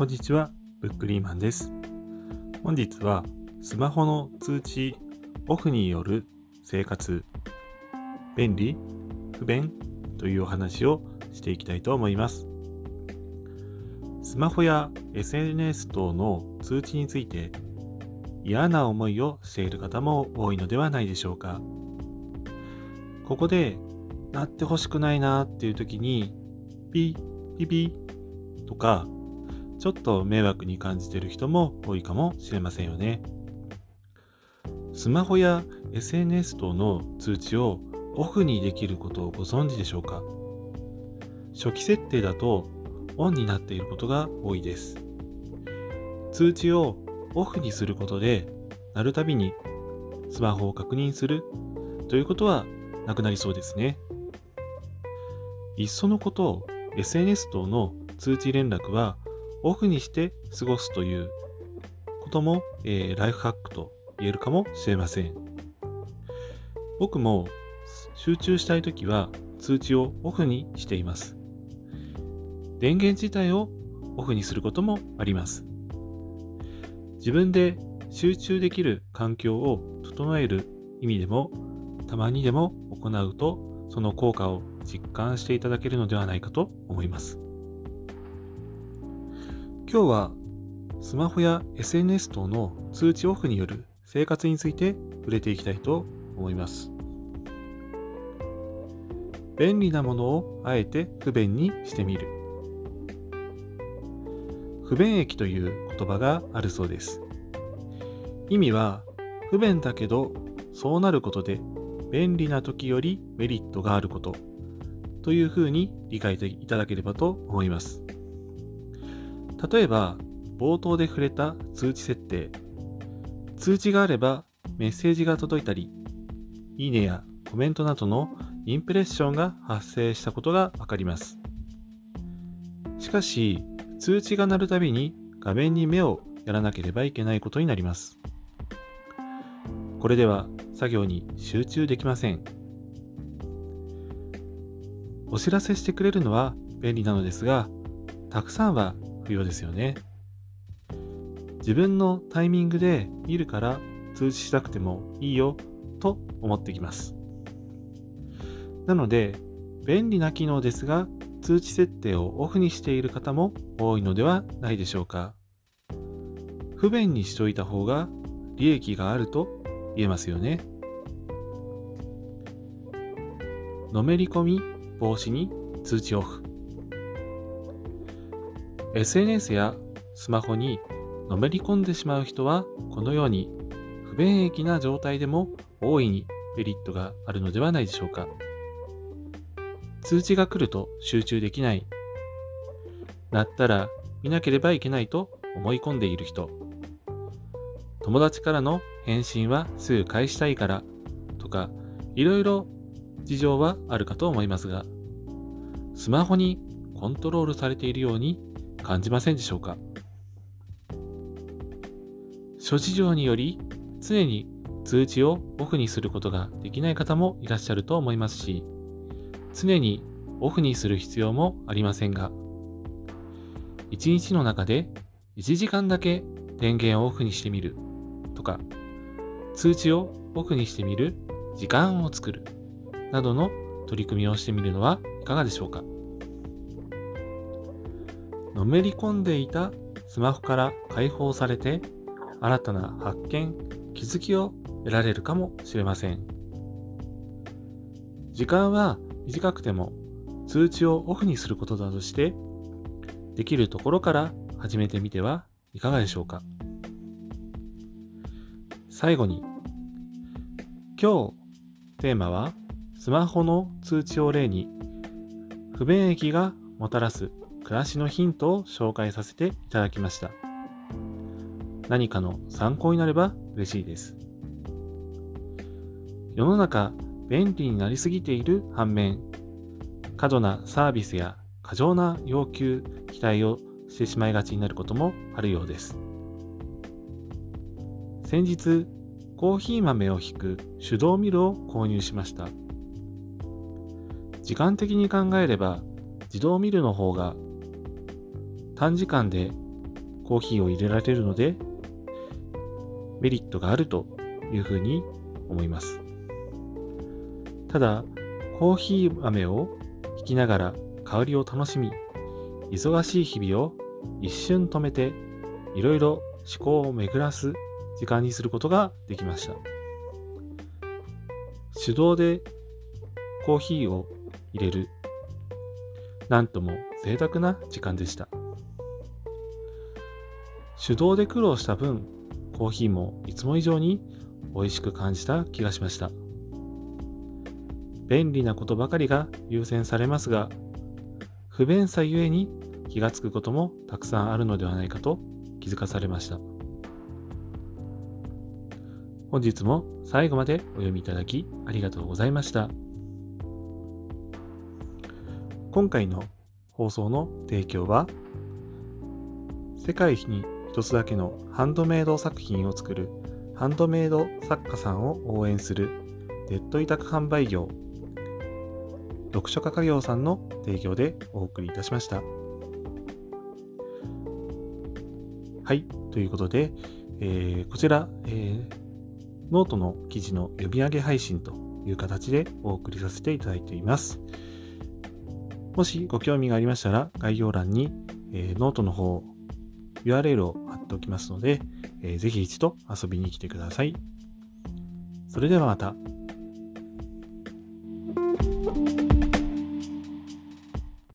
こんにちは、ブックリーマンです。本日はスマホの通知オフによる生活、便利、不便というお話をしていきたいと思います。スマホや SNS 等の通知について嫌な思いをしている方も多いのではないでしょうか。ここでなってほしくないなっていう時にピッピピとかちょっと迷惑に感じている人も多いかもしれませんよね。スマホや SNS 等の通知をオフにできることをご存知でしょうか？初期設定だとオンになっていることが多いです。通知をオフにすることで鳴るたびにスマホを確認するということはなくなりそうですね。いっそのこと、SNS 等の通知連絡はオフにして過ごすということも、ライフハックと言えるかもしれません。僕も集中したいときは通知をオフにしています。電源自体をオフにすることもあります。自分で集中できる環境を整える意味でもたまにでも行うとその効果を実感していただけるのではないかと思います。今日はスマホや SNS 等の通知オフによる生活について触れていきたいと思います。便利なものをあえて不便にしてみる。不便益という言葉があるそうです。意味は不便だけどそうなることで便利な時よりメリットがあることというふうに理解いただければと思います。例えば冒頭で触れた通知設定、通知があればメッセージが届いたり、いいねやコメントなどのインプレッションが発生したことがわかります。しかし、通知が鳴るたびに画面に目をやらなければいけないことになります。これでは作業に集中できません。お知らせしてくれるのは便利なのですが、たくさんは不要ですよね。自分のタイミングで見るから通知しなくてもいいよと思ってきます。なので、便利な機能ですが、通知設定をオフにしている方も多いのではないでしょうか。不便にしといた方が利益があると言えますよね。のめり込み防止に通知オフ。SNS やスマホにのめり込んでしまう人はこのように不便益な状態でも大いにメリットがあるのではないでしょうか。通知が来ると集中できない。鳴ったら見なければいけないと思い込んでいる人。友達からの返信はすぐ返したいからとかいろいろ事情はあるかと思いますが、スマホにコントロールされているように感じませんでしょうか。諸事情により常に通知をオフにすることができない方もいらっしゃると思いますし、常にオフにする必要もありませんが、1日の中で1時間だけ電源をオフにしてみるとか、通知をオフにしてみる時間を作るなどの取り組みをしてみるのはいかがでしょうか。のめり込んでいたスマホから解放されて新たな発見、気づきを得られるかもしれません。時間は短くても通知をオフにすることなどしてできるところから始めてみてはいかがでしょうか。最後に、今日テーマはスマホの通知を例に不便益がもたらす暮らしのヒントを紹介させていただきました。何かの参考になれば嬉しいです。世の中便利になりすぎている反面、過度なサービスや過剰な要求、期待をしてしまいがちになることもあるようです。先日、コーヒー豆をひく手動ミルを購入しました。時間的に考えれば自動ミルの方が短時間でコーヒーを入れられるのでメリットがあるというふうに思います。ただ、コーヒー豆を引きながら香りを楽しみ、忙しい日々を一瞬止めていろいろ思考を巡らす時間にすることができました。手動でコーヒーを入れる、なんとも贅沢な時間でした。手動で苦労した分、コーヒーもいつも以上に美味しく感じた気がしました。便利なことばかりが優先されますが、不便さゆえに気がつくこともたくさんあるのではないかと気づかされました。本日も最後までお読みいただきありがとうございました。今回の放送の提供は、世界に一つだけのハンドメイド作品を作るハンドメイド作家さんを応援するネット委託販売業、読書家家業さんの提供でお送りいたしました。はい、ということで、こちら、ノートの記事の読み上げ配信という形でお送りさせていただいています。もしご興味がありましたら、概要欄に、ノートの方 URL を貼っておきますので、ぜひ一度遊びに来てください。それではまた。